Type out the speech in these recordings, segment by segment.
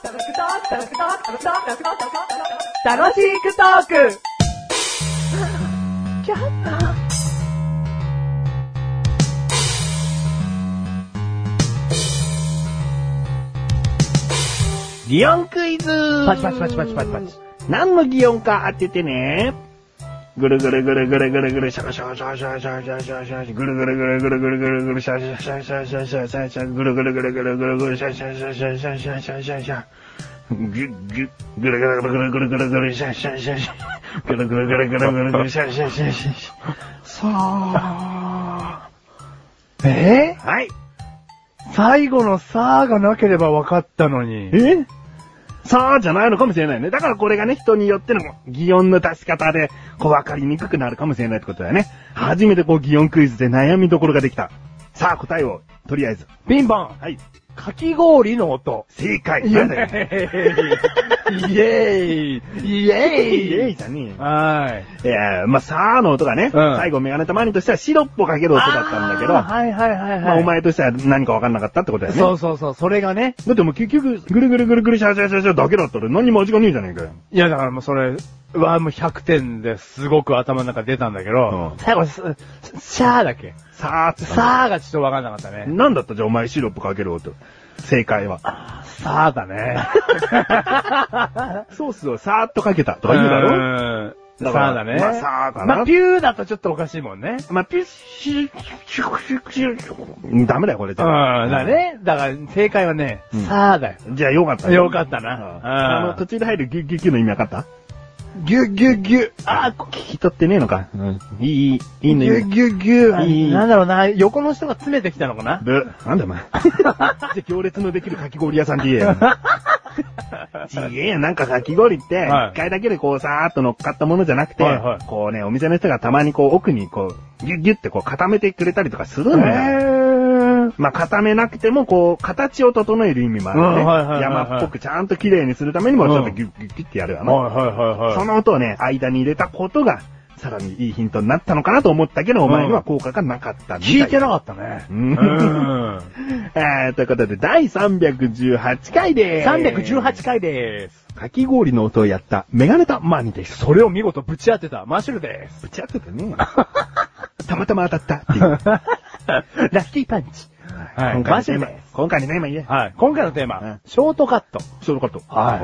楽しくトーク擬音クイズパチパチパチパチパチパチ。 何の擬音か当ててね。ぐるぐるぐるぐるぐるぐるシャシャシャシャシャシャシャシャぐるぐるぐるぐるぐるぐるぐるシャシャシャシャシャシャシャシャぐるぐるぐるぐるぐるぐるシャシャシャシャシャシャシャシャシャぐるぐるぐるぐるぐるぐるぐるシャシャシャシャぐるぐるぐるぐるぐるぐるシャシャシャシャさあはい。最後のさーがなければ分かったのに。 さあじゃないのかもしれないね。だからこれがね、人によっての擬音の出し方で、こう分かりにくくなるかもしれないってことだよね。初めてこう擬音クイズで悩みどころができた。さあ答えを、とりあえず。 ピンポン。 はい。 かき氷の音。 正解。 イエなんだよ。 ーイイエーイイエーイイエーイじゃねえよ。 はい。 いやまあ、さあの音がね、最後メガネたまにとしてはシロップをかける音だったんだけど、 はいはいはいはい。 まあ、お前としては何か分かんなかったってことだよね。 そうそうそう、それがね。 だってもう結局、ぐるぐるぐるぐるシャシャシャシャだけだったら何も味がねえじゃねえかよ。 いやだからもうそれはもう100点ですごく頭の中出たんだけど、最後シャーだけ。 さあさーがちょっと分かんなかったね。 なんだったじゃあお前シロップかける音。正解は。 さーだね。 ソースをさーっとかけたとか言うだろさーだね。 まあさーかな。 まあ、ピューだとちょっとおかしいもんね。 まあ、ピュッシュ、シュシュシュダメだよ、これじゃ。 だね。だから、正解はね、さーだよ。 じゃあよかったね。 よかったな。 途中で入るギュッギュッギュの意味わかったギュッギュッギュ。 聞き取ってねえのか。いいのギュッギュッギュ。なんだろうな、横の人が詰めてきたのかな。 なんだお前。じゃ行列のできるかき氷屋さんで言えよ。なんかかき氷って、一回だけでこうさーっと乗っかったものじゃなくて、こうね、お店の人がたまにこう奥にこう、ギュッギュッってこう固めてくれたりとかするんだよ。まあ固めなくてもこう、形を整える意味もあるね。山っぽくちゃんと綺麗にするためにもちょっとギュッギュッギュッってやるよな。その音をね、間に入れたことが、さらにいいヒントになったのかなと思ったけど、お前には効果がなかったみたい。 聞いてなかったね。 ということで、第318回でーす。 318回でーす。 かき氷の音をやったメガネタマニです。 それを見事ぶち当てたマッシュルです。 ぶち当てたね。たまたま当たったっていう。 ラッキーパンチ。はい。マッシュルです。 今回のテーマいいね。 はい。今回のテーマ、ショートカット。 ショートカット。 はい。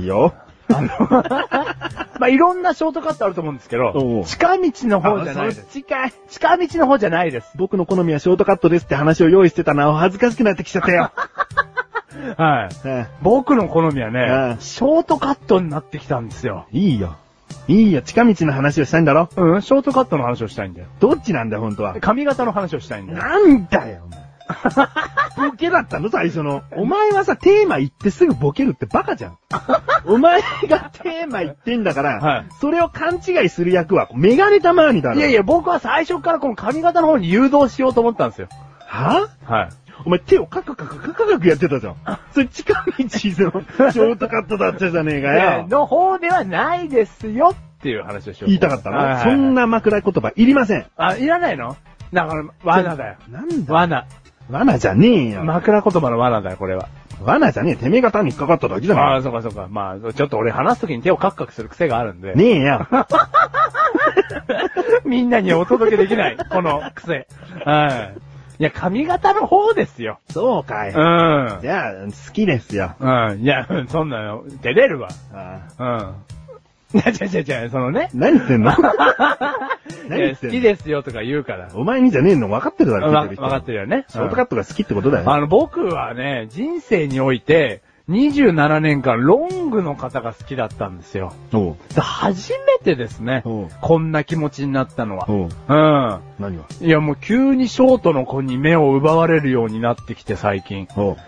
いいよ。 まあ、いろんなショートカットあると思うんですけど、近道の方じゃないです。近道の方じゃないです。 僕の好みはショートカットですって話を用意してたのを恥ずかしくなってきちゃったよ。 はい。僕の好みはね、ショートカットになってきたんですよ。 いいよ、近道の話をしたいんだろ。 ショートカットの話をしたいんだよ。 どっちなんだよ、本当は。 髪型の話をしたいんだよ。 なんだよ、お前。ボケだったの最初の。お前はさ、テーマ言ってすぐボケるってバカじゃん。お前がテーマ言ってんだから、それを勘違いする役はメガネたまーにだろ。 いやいや、僕は最初からこの髪型の方に誘導しようと思ったんですよ。 は？ はい。 お前手をカクカクやってたじゃん。それ近道のショートカットだったじゃねえかよ。 の方ではないですよっていう話をしよう。 言いたかったの？そんな枕言葉いりません。 いらないの？だから、罠だよ。 なんだ？ 罠じゃねえよ。 枕言葉の罠だよ、これは。 罠じゃねえ。てめえが単に引っかかっただけじゃない。 そうかそうか。まあ、ちょっと俺話すときに手をカクカクする癖があるんで。 ねえよ。 みんなにお届けできない、この癖。いや、髪型の方ですよ。 そうかい。じゃあ、好きですよ。 いや、そんなの、照れるわ。いや、違う、そのね。 何言ってんの？ 好きですよとか言うから。 お前にじゃねえの分かってるだろ、 分かってるよね。 ショートカットが好きってことだよ。 僕はね、人生において、27年間ロングの方が好きだったんですよ。初めてですね。こんな気持ちになったのは。 何が？ いや、もう急にショートの子に目を奪われるようになってきて最近。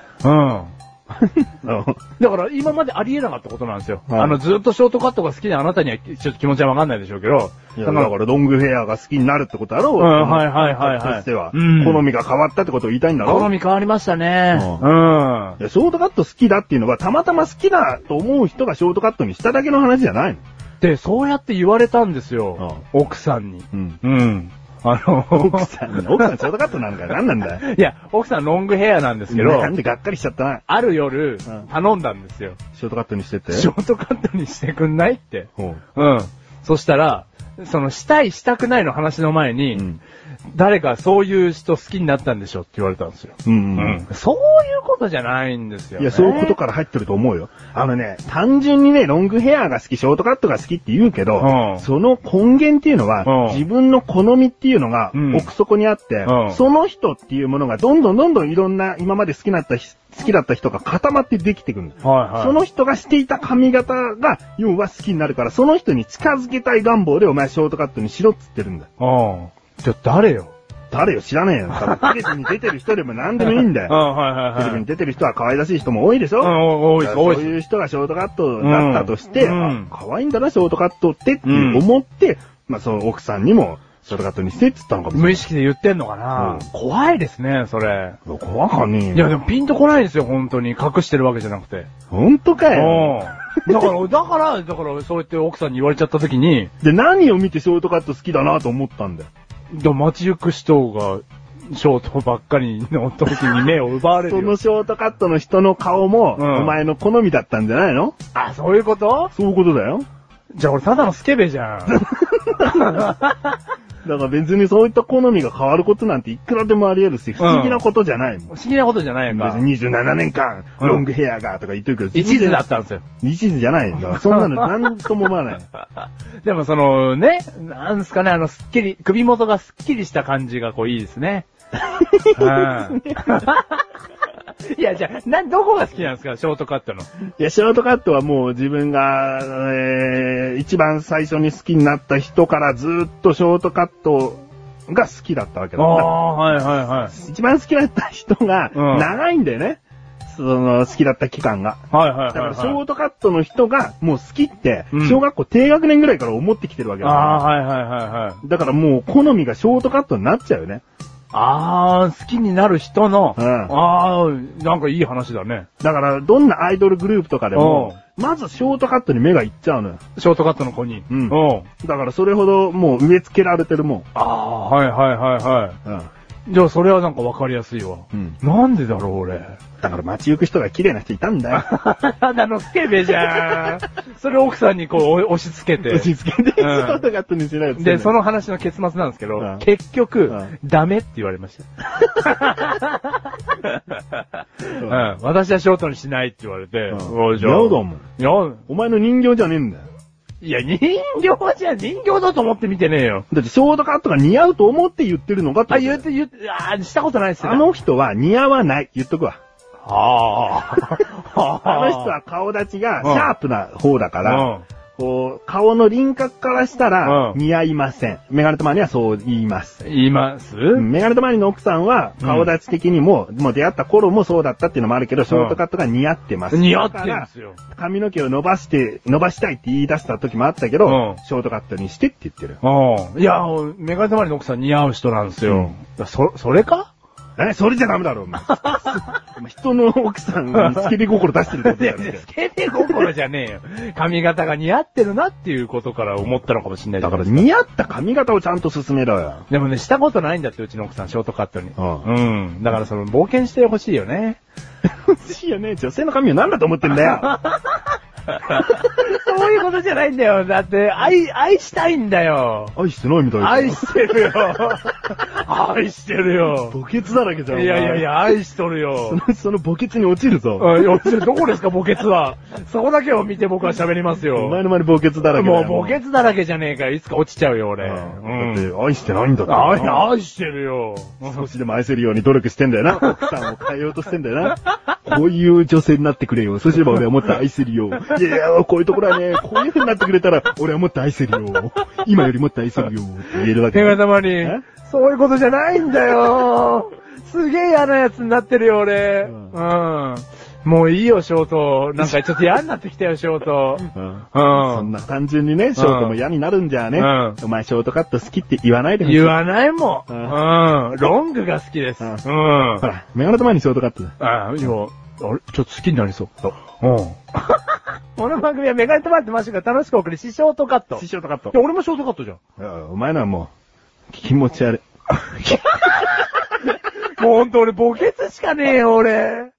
だから今までありえなかったことなんですよ。ずっとショートカットが好きであなたにはちょっと気持ちはわかんないでしょうけど。 だからロングヘアが好きになるってことだろう。としては。好みが変わったってことを言いたいんだろう。 好み変わりましたね。 ショートカット好きだっていうのはたまたま好きだと思う人がショートカットにしただけの話じゃないの？ で、そうやって言われたんですよ。奥さんに。 奥さんショートカットなのか何なんだよ。 いや、奥さんロングヘアなんですけど。 なんでがっかりしちゃったな。 ある夜、頼んだんですよ。 ショートカットにしてって。 ショートカットにしてくんないって。うん。そしたら、したくないの話の前に、誰かそういう人好きになったんでしょって言われたんですよ。そういうことじゃないんですよ、ね。 いや、そういうことから入ってると思うよ。単純にね、ロングヘアが好き、ショートカットが好きって言うけど、その根源っていうのは、自分の好みっていうのが奥底にあって、その人っていうものがどんどんいろんな今まで好きだった人が固まってできてくる。その人がしていた髪型が、要は好きになるから、その人に近づけたい願望でお前ショートカットにしろっつってるんだ。 じゃあ誰よ知らねえよ。テレビに出てる人でも何でもいいんだよ。テレビに出てる人は可愛らしい人も多いでしょ。多い。そういう人がショートカットだったとして、可愛いんだな、ショートカットって思って、その奥さんにも、ショートカットにしてって言ったのかもしれない。 無意識で言ってんのかな、怖いですね、それ。 怖かねえよ。 いや、でもピンとこないですよ、本当に。隠してるわけじゃなくて。 本当かよ。 だから、そうやって奥さんに言われちゃった時に。 で、何を見てショートカット好きだなと思ったんだよ。 街行く人が、ショートばっかりの時に目を奪われるよ。 そのショートカットの人の顔も、お前の好みだったんじゃないの？ あ、そういうこと？ そういうことだよ。 じゃあ俺ただのスケベじゃん。 だから別にそういった好みが変わることなんていくらでもあり得るし、不思議なことじゃないもん。 不思議なことじゃないんか。 別に27年間、ロングヘアがとか言ってるけど。 一途だったんですよ。 一途じゃないんだ。そんなの何とも思わない。 でもなんすかね、すっきり、首元がすっきりした感じがいいですね。いや、じゃあ、どこが好きなんですか、ショートカットの。 いや、ショートカットはもう自分が、一番最初に好きになった人からずっとショートカットが好きだったわけだ。一番好きだった人が長いんだよね。好きだった期間が。だからショートカットの人がもう好きって、小学校低学年ぐらいから思ってきてるわけだ。だからもう好みがショートカットになっちゃうよね。 好きになる人の、なんかいい話だね。 だから、どんなアイドルグループとかでも、まずショートカットに目がいっちゃうのよ。 ショートカットの子に。 だからそれほどもう植え付けられてるもん。 じゃあそれはなんかわかりやすいわ。なんでだろう、俺。 だから街行く人が綺麗な人いたんだよ。 ただのスケベじゃん。それを奥さんに押し付けて。 ショートカットにしないで、その話の結末なんですけど、結局、ダメって言われました。私はショートにしないって言われて。 やだもん。お前の人形じゃねえんだよ。 いや、人形だと思って見てねえよ。 だってショートカットが似合うと思って言ってるのかって。 したことないっすよ。 あの人は似合わない。言っとくわ。 あの人は顔立ちがシャープな方だから、顔の輪郭からしたら似合いません。メガネたまにはそう言います。 言います？ メガネたまにの奥さんは顔立ち的にも、もう出会った頃もそうだったっていうのもあるけど、ショートカットが似合ってます。 似合ってるんですよ。 髪の毛を伸ばしたいって言い出した時もあったけど、ショートカットにしてって言ってる。 いや、メガネたまにの奥さん似合う人なんですよ。それか？ それじゃダメだろ、お前。人の奥さんにスケベ心出してるってことだよね。 スケベ心じゃねえよ。髪型が似合ってるなっていうことから思ったのかもしれない。 だから似合った髪型をちゃんと進めろよ。 でもね、したことないんだって、うちの奥さん、ショートカットに。だから冒険してほしいよね。 欲しいよね。女性の髪を何だと思ってんだよ。 そういうことじゃないんだよ。だって、愛したいんだよ。 愛してないみたいな。 愛してるよ。愛してるよ。 墓穴だらけじゃん。 いや、愛しとるよ。 その墓穴に落ちるぞ。 落ちる。どこですか、墓穴は。そこだけを見て僕は喋りますよ。 お前の周り墓穴だらけだよ。 もう墓穴だらけじゃねえか。いつか落ちちゃうよ、俺。だって愛してないんだって。 愛してるよ。 少しでも愛せるように努力してんだよな。奥さんを変えようとしてんだよな。こういう女性になってくれよ。そうすれば俺はもっと愛せるよ。いや、こういうところはね、こういう風になってくれたら、俺はもっと愛せるよ。今よりもっと愛せるよ。って言えるわけ。 手がたまに。そういうことじゃないんだよ。すげえ嫌なやつになってるよ、俺。もういいよ、ショート。なんかちょっと嫌になってきたよ、ショート。 そんな単純にね、ショートも嫌になるんじゃね。お前ショートカット好きって言わないでほしい。 言わないもん。ロングが好きです。ほら、メガネと前にショートカットだ。 あれちょっと好きになりそう。この番組はメガネとマってマッシュが楽しく送るショートカット。 ショートカット。 俺もショートカットじゃん。 お前のはもう、 気持ち悪い。 もうほんと俺、墓穴しかねえよ、俺。